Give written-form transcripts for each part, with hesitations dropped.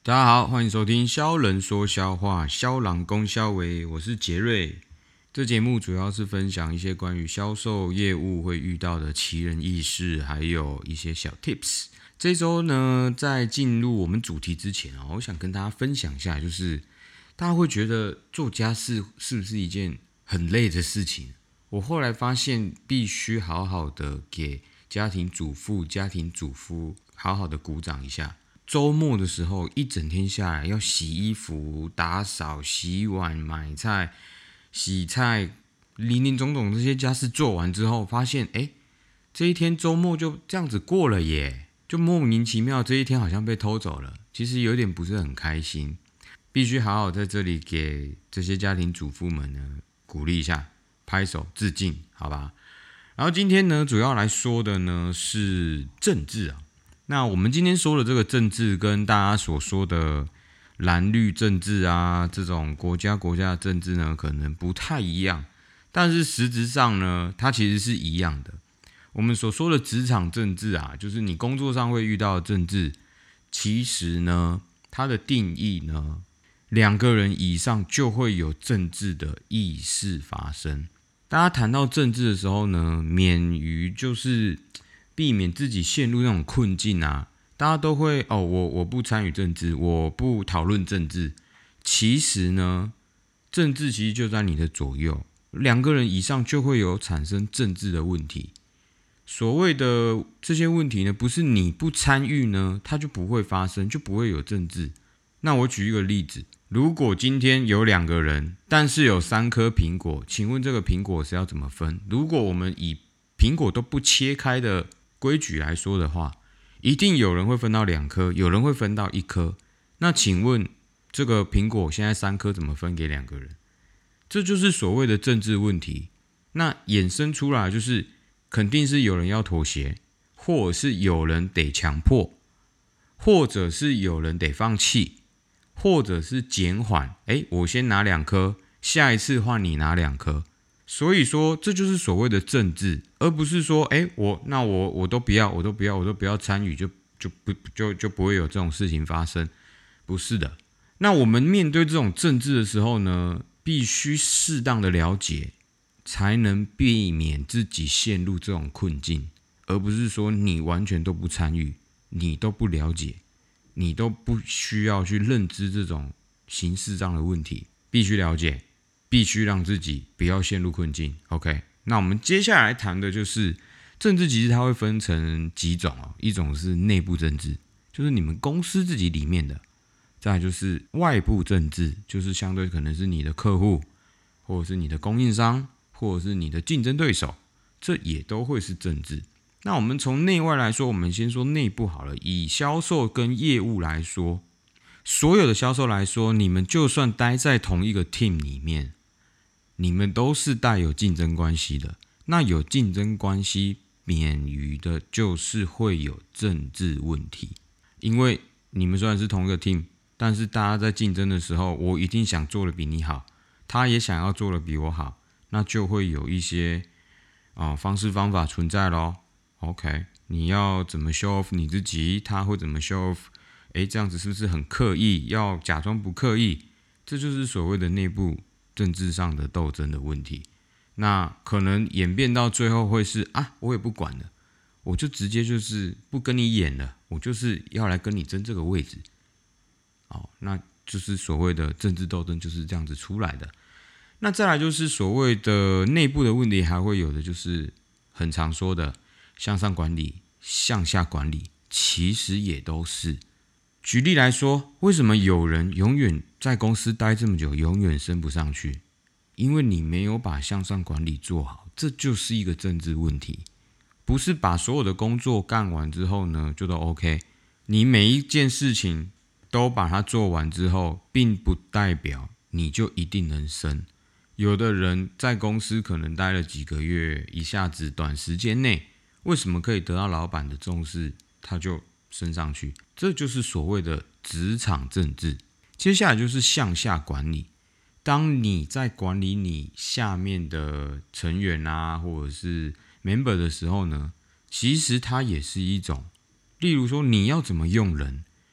大家好，欢迎收听销人说销话，销郎攻销为，我是杰瑞。这节目主要是分享一些关于销售业务会遇到的奇人异事，还有一些小 tips。这周呢，在进入我们主题之前我想跟大家分享一下，就是大家会觉得做家事是不是一件很累的事情？我后来发现，必须好好的给家庭主妇、家庭主夫好好的鼓掌一下。周末的时候，一整天下来要洗衣服、打扫、洗碗、买菜、洗菜，林林总总这些家事做完之后，发现这一天周末就这样子过了耶，就莫名其妙这一天好像被偷走了，其实有点不是很开心，必须好好在这里给这些家庭主妇们呢鼓励一下，拍手致敬，好吧？然后今天呢，主要来说的呢是政治啊。那我们今天说的这个政治，跟大家所说的蓝绿政治啊，这种国家的政治呢，可能不太一样。但是实质上呢，它其实是一样的。我们所说的职场政治啊，就是你工作上会遇到的政治，其实呢，它的定义呢，两个人以上就会有政治的意识发生。大家谈到政治的时候呢，免于就是避免自己陷入那种困境啊，大家都会我不参与政治，我不讨论政治。其实呢，政治其实就在你的左右，两个人以上就会有产生政治的问题。所谓的这些问题呢，不是你不参与呢，它就不会发生，就不会有政治。那我举一个例子，如果今天有两个人，但是有3颗苹果，请问这个苹果是要怎么分？如果我们以苹果都不切开的规矩来说的话，一定有人会分到2颗，有人会分到1颗。那请问这个苹果现在3颗怎么分给2个人？这就是所谓的政治问题。那衍生出来就是肯定是有人要妥协，或者是有人得强迫，或者是有人得放弃，或者是减缓。我先拿2颗，下一次换你拿2颗。所以说，这就是所谓的政治，而不是说，我都不要，我都不要参与，就不会有这种事情发生，不是的。那我们面对这种政治的时候呢，必须适当的了解，才能避免自己陷入这种困境，而不是说你完全都不参与，你都不了解，你都不需要去认知这种形式上的问题，必须了解。必须让自己不要陷入困境。OK， 那我们接下来谈的就是政治，其实它会分成几种一种是内部政治，就是你们公司自己里面的；再来就是外部政治，就是相对可能是你的客户，或者是你的供应商，或者是你的竞争对手，这也都会是政治。那我们从内外来说，我们先说内部好了。以销售跟业务来说，所有的销售来说，你们就算待在同一个 team 里面，你们都是带有竞争关系的。那有竞争关系，免于的就是会有政治问题。因为你们虽然是同一个 team， 但是大家在竞争的时候，我一定想做的比你好，他也想要做的比我好，那就会有一些方式方法存在咯。OK， 你要怎么 show off 你自己，他会怎么 show off，这样子是不是很刻意？要假装不刻意，这就是所谓的内部政治上的斗争的问题。那可能演变到最后会是我也不管了，我就直接就是不跟你演了，我就是要来跟你争这个位置。那就是所谓的政治斗争就是这样子出来的。那再来就是所谓的内部的问题，还会有的就是很常说的向上管理、向下管理，其实也都是。举例来说，为什么有人永远在公司待这么久，永远升不上去？因为你没有把向上管理做好，这就是一个政治问题。不是把所有的工作干完之后呢，就都 OK。你每一件事情都把它做完之后，并不代表你就一定能升。有的人在公司可能待了几个月，一下子短时间内，为什么可以得到老板的重视，他就升上去？这就是所谓的职场政治。接下来就是向下管理。当你在管理你下面的成员或者是 member 的时候呢，其实它也是一种，例如说你要怎么用人，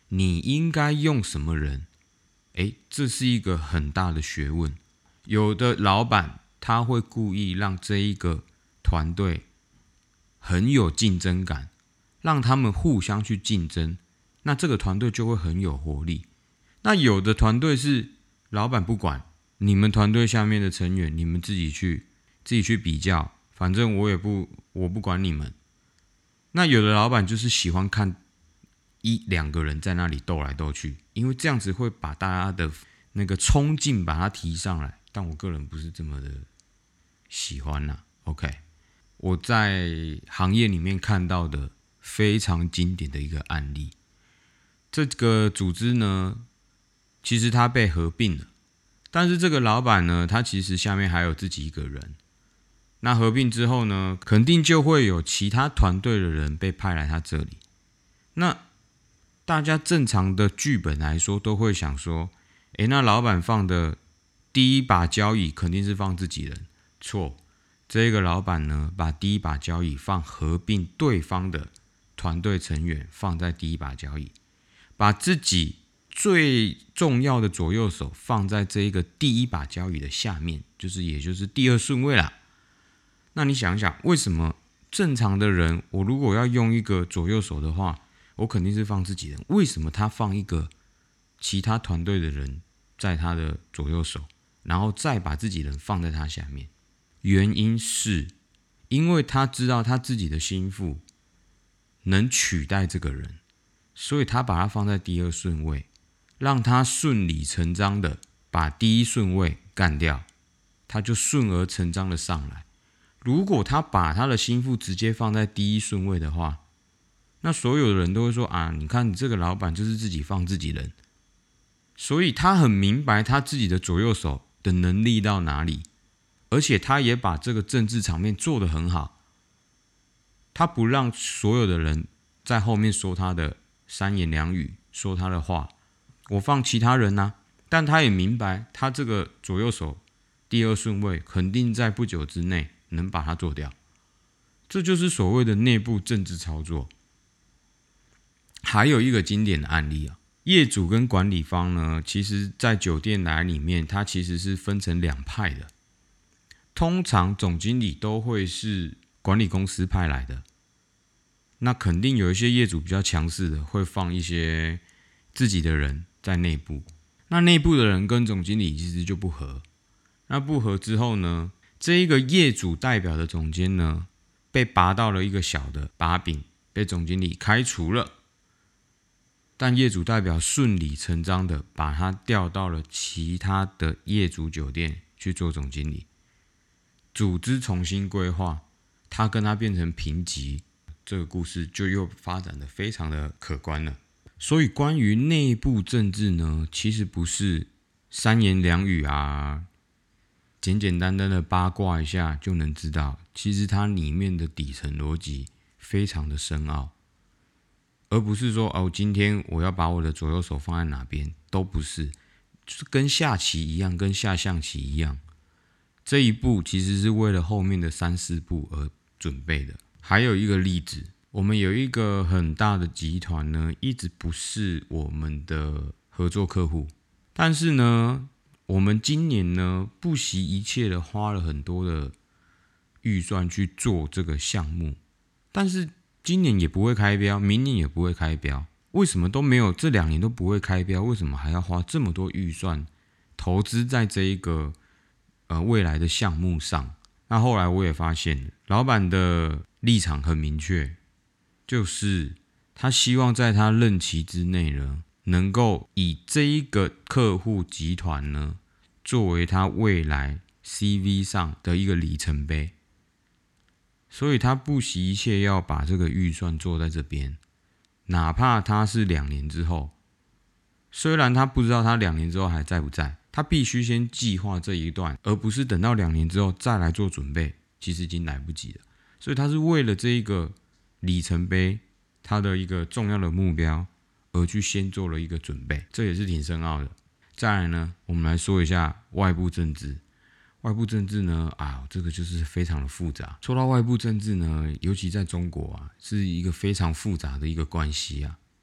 你应该用什么人？这是一个很大的学问。有的老板他会故意让这一个团队很有竞争感，让他们互相去竞争，那这个团队就会很有活力。那有的团队是老板不管，你们团队下面的成员你们自己去比较，反正我不管你们。那有的老板就是喜欢看两个人在那里斗来斗去，因为这样子会把大家的那个冲劲把它提上来，但我个人不是这么的喜欢啦。OK， 我在行业里面看到的非常经典的一个案例，这个组织呢，其实它被合并了，但是这个老板呢，他其实下面还有自己一个人。那合并之后呢，肯定就会有其他团队的人被派来他这里。那大家正常的剧本来说，都会想说，那老板放的第一把交椅肯定是放自己人。错，这个老板呢，把第一把交椅放合并对方的团队成员放在第一把交椅，把自己最重要的左右手放在这一个第一把交椅的下面，也就是第二顺位啦。那你想想，为什么正常的人，我如果要用一个左右手的话，我肯定是放自己人，为什么他放一个其他团队的人在他的左右手，然后再把自己人放在他下面？原因是因为他知道他自己的心腹能取代这个人，所以他把他放在第二顺位，让他顺理成章的把第一顺位干掉，他就顺而成章的上来。如果他把他的心腹直接放在第一顺位的话，那所有的人都会说啊，你看你这个老板就是自己放自己人。所以他很明白他自己的左右手的能力到哪里，而且他也把这个政治场面做得很好。他不让所有的人在后面说他的三言两语，说他的话，我放其他人啊，但他也明白他这个左右手第二顺位肯定在不久之内能把它做掉。这就是所谓的内部政治操作。还有一个经典的案例啊，业主跟管理方呢，其实在酒店来里面，它其实是分成两派的。通常总经理都会是管理公司派来的，那肯定有一些业主比较强势的，会放一些自己的人在内部。那内部的人跟总经理其实就不合。那不合之后呢，这一个业主代表的总监呢，被拔到了一个小的把柄，被总经理开除了。但业主代表顺理成章的把他调到了其他的业主酒店去做总经理。组织重新规划，他跟他变成平级，这个故事就又发展的非常的可观了。所以关于内部政治呢，其实不是三言两语啊，简简单单的八卦一下就能知道，其实它里面的底层逻辑非常的深奥。而不是说今天我要把我的左右手放在哪边，都不是，就是跟下棋一样，跟下象棋一样。这一步其实是为了后面的3、4步而准备的。还有一个例子，我们有一个很大的集团呢，一直不是我们的合作客户，但是呢，我们今年呢不惜一切的花了很多的预算去做这个项目，但是今年也不会开标，明年也不会开标，为什么都没有？这2年都不会开标，为什么还要花这么多预算投资在这一个未来的项目上？那后来我也发现，老板的立场很明确，就是他希望在他任期之内呢，能够以这一个客户集团呢，作为他未来 CV 上的一个里程碑。所以他不惜一切要把这个预算做在这边，哪怕他是2年之后，虽然他不知道他2年之后还在不在，他必须先计划这一段，而不是等到2年之后再来做准备，其实已经来不及了。所以他是为了这一个里程碑，他的一个重要的目标，而去先做了一个准备，这也是挺深奥的。再来呢，我们来说一下外部政治。外部政治呢，这个就是非常的复杂。说到外部政治呢，尤其在中国是一个非常复杂的一个关系啊。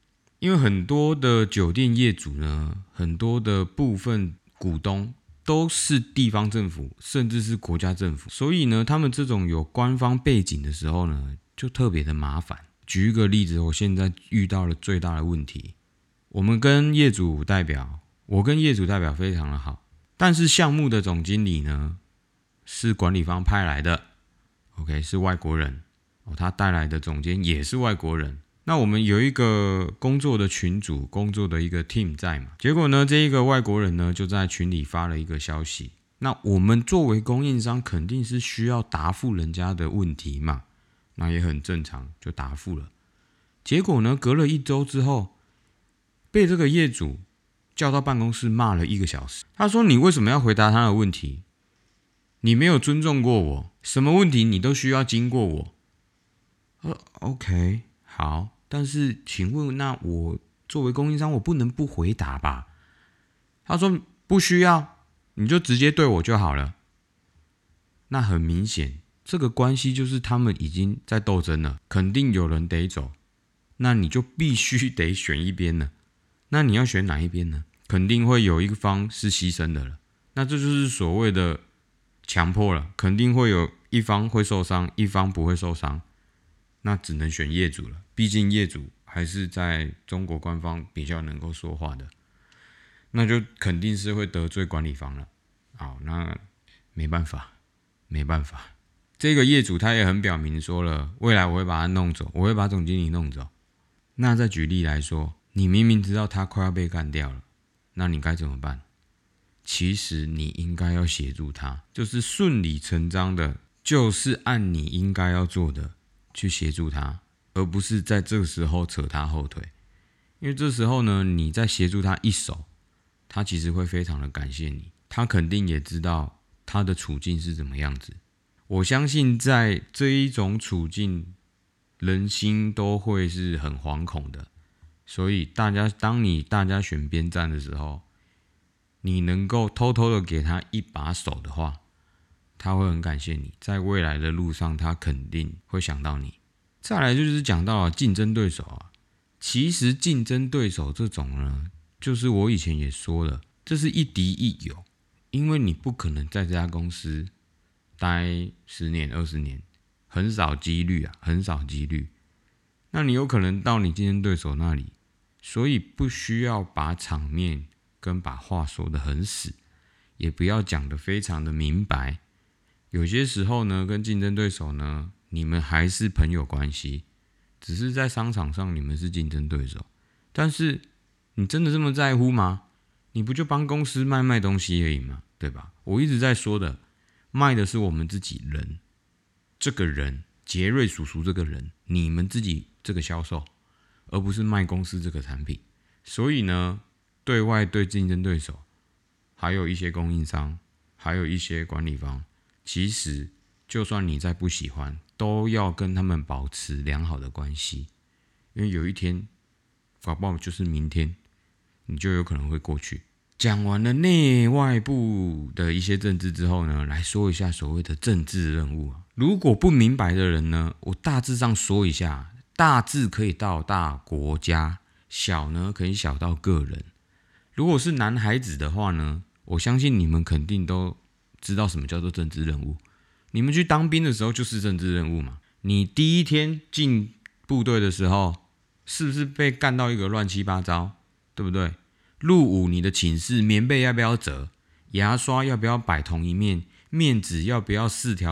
因为很多的酒店业主呢，很多的部分股东都是地方政府，甚至是国家政府，所以呢，他们这种有官方背景的时候呢，就特别的麻烦。举一个例子，我现在遇到了最大的问题，我跟业主代表非常的好，但是项目的总经理呢，是管理方派来的 ，OK， 是外国人，他带来的总监也是外国人。那我们有一个工作的群组，工作的一个 team 在嘛，结果呢，这一个外国人呢就在群里发了一个消息。那我们作为供应商，肯定是需要答复人家的问题嘛，那也很正常，就答复了。结果呢，隔了1周之后，被这个业主叫到办公室骂了1个小时。他说：“你为什么要回答他的问题？你没有尊重过我，什么问题你都需要经过我。”OK。好，但是请问，那我作为供应商，我不能不回答吧？他说不需要，你就直接对我就好了。那很明显，这个关系就是他们已经在斗争了，肯定有人得走，那你就必须得选一边了。那你要选哪一边呢？肯定会有一方是牺牲的了。那这就是所谓的强迫了，肯定会有一方会受伤，一方不会受伤。那只能选业主了，毕竟业主还是在中国官方比较能够说话的，那就肯定是会得罪管理方了。好，那没办法。这个业主他也很表明说了，未来我会把他弄走，我会把总经理弄走。那再举例来说，你明明知道他快要被干掉了，那你该怎么办？其实你应该要协助他，就是顺理成章的，就是按你应该要做的去协助他，而不是在这个时候扯他后腿。因为这时候呢，你在协助他一手，他其实会非常的感谢你，他肯定也知道他的处境是怎么样子。我相信在这一种处境，人心都会是很惶恐的。所以当大家选边站的时候，你能够偷偷的给他一把手的话，他会很感谢你，在未来的路上他肯定会想到你。再来就是讲到了竞争对手啊，其实竞争对手这种呢，就是我以前也说了，这是一敌一友，因为你不可能在这家公司待10年20年，很少几率。那你有可能到你竞争对手那里，所以不需要把场面跟把话说得很死，也不要讲得非常的明白。有些时候呢，跟竞争对手呢，你们还是朋友关系，只是在商场上你们是竞争对手。但是你真的这么在乎吗？你不就帮公司卖东西而已吗？对吧？我一直在说的，卖的是我们自己人，这个人杰瑞叔叔这个人，你们自己这个销售，而不是卖公司这个产品。所以呢，对外对竞争对手，还有一些供应商，还有一些管理方，其实就算你再不喜欢，都要跟他们保持良好的关系，因为有一天，搞不好就是明天，你就有可能会过去。讲完了内外部的一些政治之后呢，来说一下所谓的政治任务。如果不明白的人呢，我大致上说一下，大致可以到大国家，小呢可以小到个人。如果是男孩子的话呢，我相信你们肯定都知道什么叫做政治任务。你们去当兵的时候就是政治任务嘛。你第一天进部队的时候，是不是被干到一个乱七八糟，对不对？入伍你的寝室棉被要不要折？牙刷要不要摆同一面？面纸要不要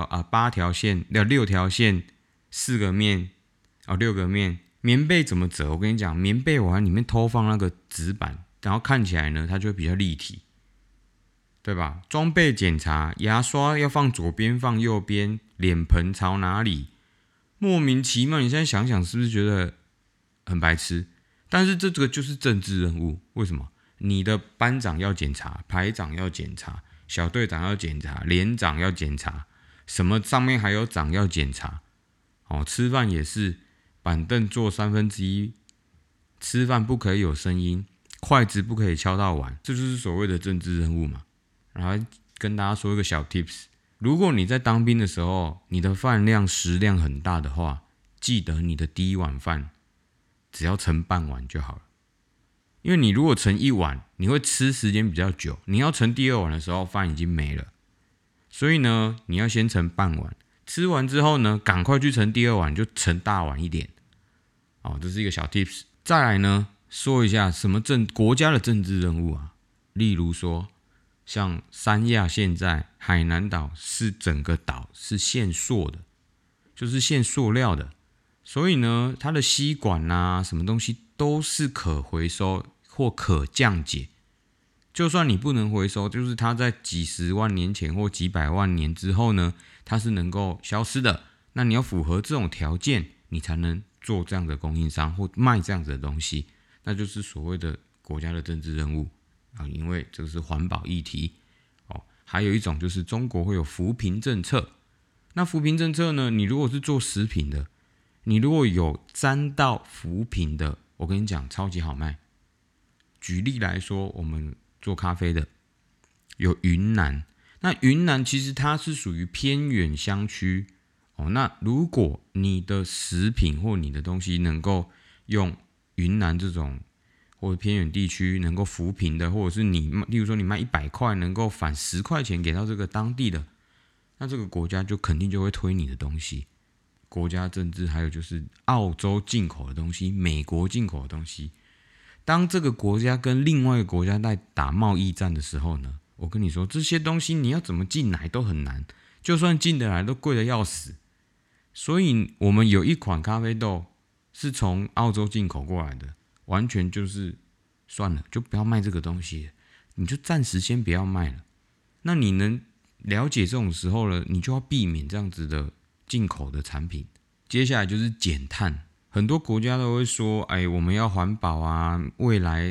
8条线？6条线，4个面6个面。棉被怎么折？我跟你讲，棉被我往里面偷放那个纸板，然后看起来呢，它就会比较立体，对吧？装备检查，牙刷要放左边放右边，脸盆朝哪里？莫名其妙，你现在想想是不是觉得很白痴？但是这个就是政治任务，为什么？你的班长要检查，排长要检查，小队长要检查，连长要检查，什么上面还有长要检查。吃饭也是，板凳坐1/3，吃饭不可以有声音，筷子不可以敲到碗，这就是所谓的政治任务嘛。然后跟大家说一个小 tips， 如果你在当兵的时候，你的饭量食量很大的话，记得你的第一碗饭只要盛半碗就好了。 因为你如果盛一碗，你会吃时间比较久，你要盛第二碗的时候，饭已经没了。所以呢，你要先盛半碗，吃完之后呢，赶快去盛第二碗，就盛大碗一点。这是一个小 tips。再来呢，说一下什么国家的政治任务啊，例如说，像三亚现在海南岛是整个岛是限塑的，就是限塑料的，所以呢，它的吸管啊，什么东西都是可回收或可降解。就算你不能回收，就是它在几十万年前或几百万年之后呢，它是能够消失的。那你要符合这种条件，你才能做这样的供应商或卖这样子的东西，那就是所谓的国家的政治任务啊，因为这个是环保议题哦。还有一种就是中国会有扶贫政策，那扶贫政策呢，你如果是做食品的，你如果有沾到扶贫的，我跟你讲超级好卖。举例来说，我们做咖啡的有云南，那云南其实它是属于偏远乡区那如果你的食品或你的东西能够用云南这种或者偏远地区能够扶贫的，或者是例如说你卖100块能够返10块钱给到这个当地的，那这个国家就肯定就会推你的东西。国家政治还有就是澳洲进口的东西，美国进口的东西，当这个国家跟另外一个国家在打贸易战的时候呢，我跟你说这些东西你要怎么进来都很难，就算进得来都贵得要死。所以我们有一款咖啡豆是从澳洲进口过来的，完全就是算了，就不要卖这个东西了，你就暂时先不要卖了。那你能了解这种时候了，你就要避免这样子的进口的产品。接下来就是减碳，很多国家都会说，我们要环保啊，未来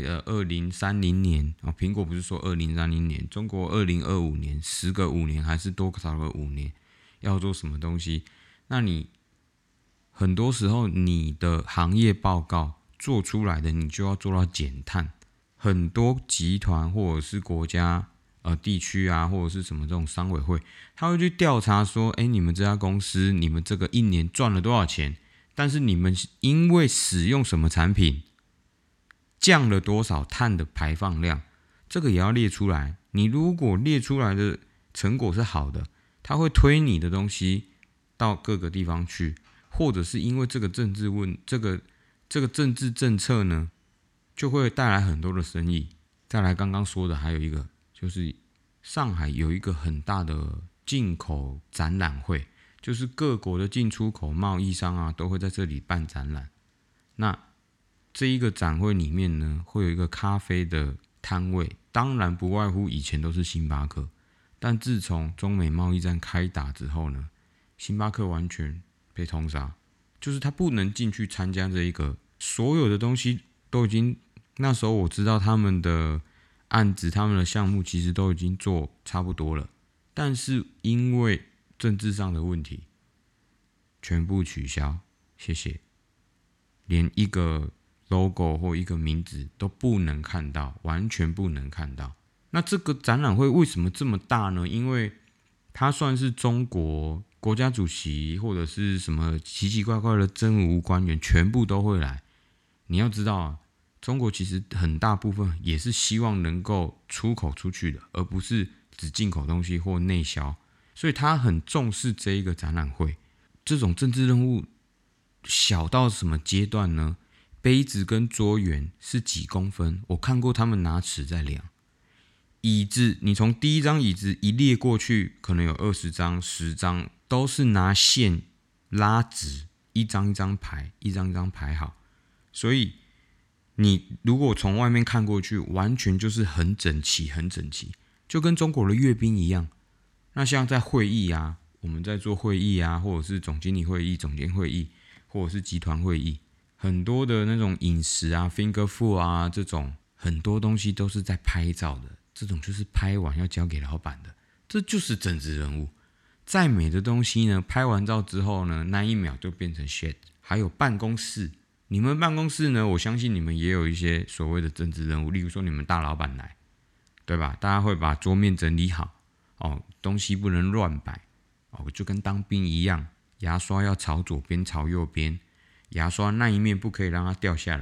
2030年苹果不是说2030年，中国2025年，时隔5年还是多少个5年，要做什么东西？那你很多时候你的行业报告做出来的，你就要做到减碳。很多集团或者是国家地区啊，或者是什么这种商委会，他会去调查说，你们这家公司，你们这个一年赚了多少钱？但是你们因为使用什么产品，降了多少碳的排放量，这个也要列出来。你如果列出来的成果是好的，他会推你的东西到各个地方去，或者是因为这个政治政治政策呢，就会带来很多的生意。再来刚刚说的还有一个，就是上海有一个很大的进口展览会，就是各国的进出口贸易商啊都会在这里办展览。那这一个展会里面呢，会有一个咖啡的摊位，当然不外乎以前都是星巴克，但自从中美贸易战开打之后呢，星巴克完全被通杀，就是他不能进去参加这一个，所有的东西都已经，那时候我知道他们的案子、他们的项目其实都已经做差不多了，但是因为政治上的问题，全部取消，谢谢，连一个 logo 或一个名字都不能看到，完全不能看到。那这个展览会为什么这么大呢？因为它算是中国国家主席或者是什么奇奇怪怪的政务官员全部都会来。你要知道啊，中国其实很大部分也是希望能够出口出去的，而不是只进口东西或内销，所以他很重视这一个展览会。这种政治任务小到什么阶段呢？杯子跟桌缘是几公分，我看过他们拿尺在量。椅子，你从第一张椅子一列过去，可能有20张、10张，都是拿线拉直，一张一张排，一张一张排好。所以你如果从外面看过去，完全就是很整齐，很整齐，就跟中国的阅兵一样。那像在会议啊，我们在做会议啊，或者是总经理会议、总监会议，或者是集团会议，很多的那种饮食啊、finger food 啊，这种很多东西都是在拍照的。这种就是拍完要交给老板的，这就是政治人物。再美的东西呢，拍完照之后呢，那一秒就变成 shit。还有办公室，你们办公室呢，我相信你们也有一些所谓的政治人物，例如说你们大老板来，对吧？大家会把桌面整理好东西不能乱摆就跟当兵一样，牙刷要朝左边朝右边，牙刷那一面不可以让它掉下来，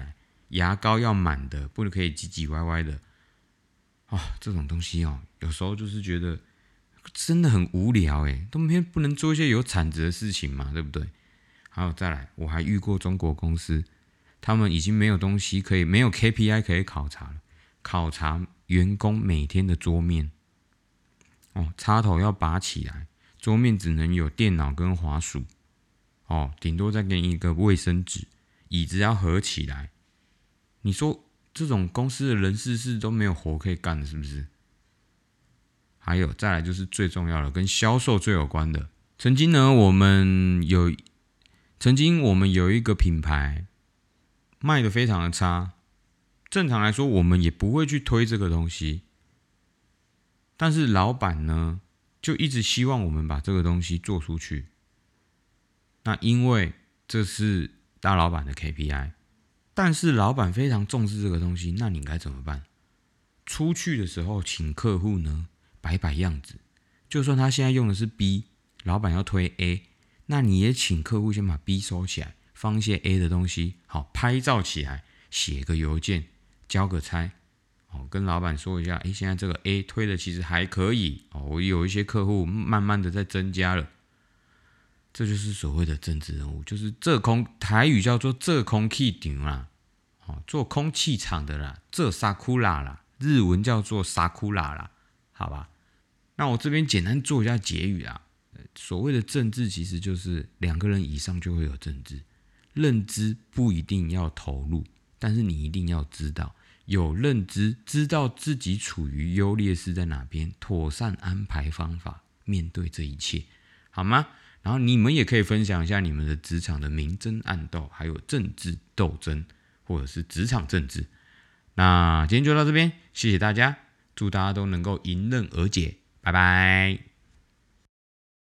牙膏要满的，不能可以唧唧歪歪的这种东西有时候就是觉得真的很无聊都不能做一些有产值的事情嘛，对不对？还有再来，我还遇过中国公司，他们已经没有东西没有 KPI 可以考察了，考察员工每天的桌面插头要拔起来，桌面只能有电脑跟滑鼠顶多再给你一个卫生纸，椅子要合起来。你说这种公司的人事是都没有活可以干的，是不是？还有再来就是最重要的，跟销售最有关的。曾经我们有一个品牌卖得非常的差，正常来说我们也不会去推这个东西，但是老板呢就一直希望我们把这个东西做出去。那因为这是大老板的 KPI， 但是老板非常重视这个东西，那你该怎么办？出去的时候请客户呢摆样子，就算他现在用的是 B， 老板要推 A， 那你也请客户先把 B 收起来，放一些 A 的东西，好拍照起来，写个邮件，交个差，跟老板说一下，现在这个 A 推的其实还可以，我有一些客户慢慢的在增加了。这就是所谓的政治人物，就是台语叫做这空气场啦，做空气场的啦，这萨库拉啦，日文叫做萨库拉啦，好吧？那我这边简单做一下结语啊。所谓的政治其实就是2个人以上就会有政治，认知不一定要投入，但是你一定要知道，有认知，知道自己处于优劣势在哪边，妥善安排方法面对这一切，好吗？然后你们也可以分享一下你们的职场的明争暗斗，还有政治斗争，或者是职场政治。那今天就到这边，谢谢大家，祝大家都能够迎刃而解，拜拜。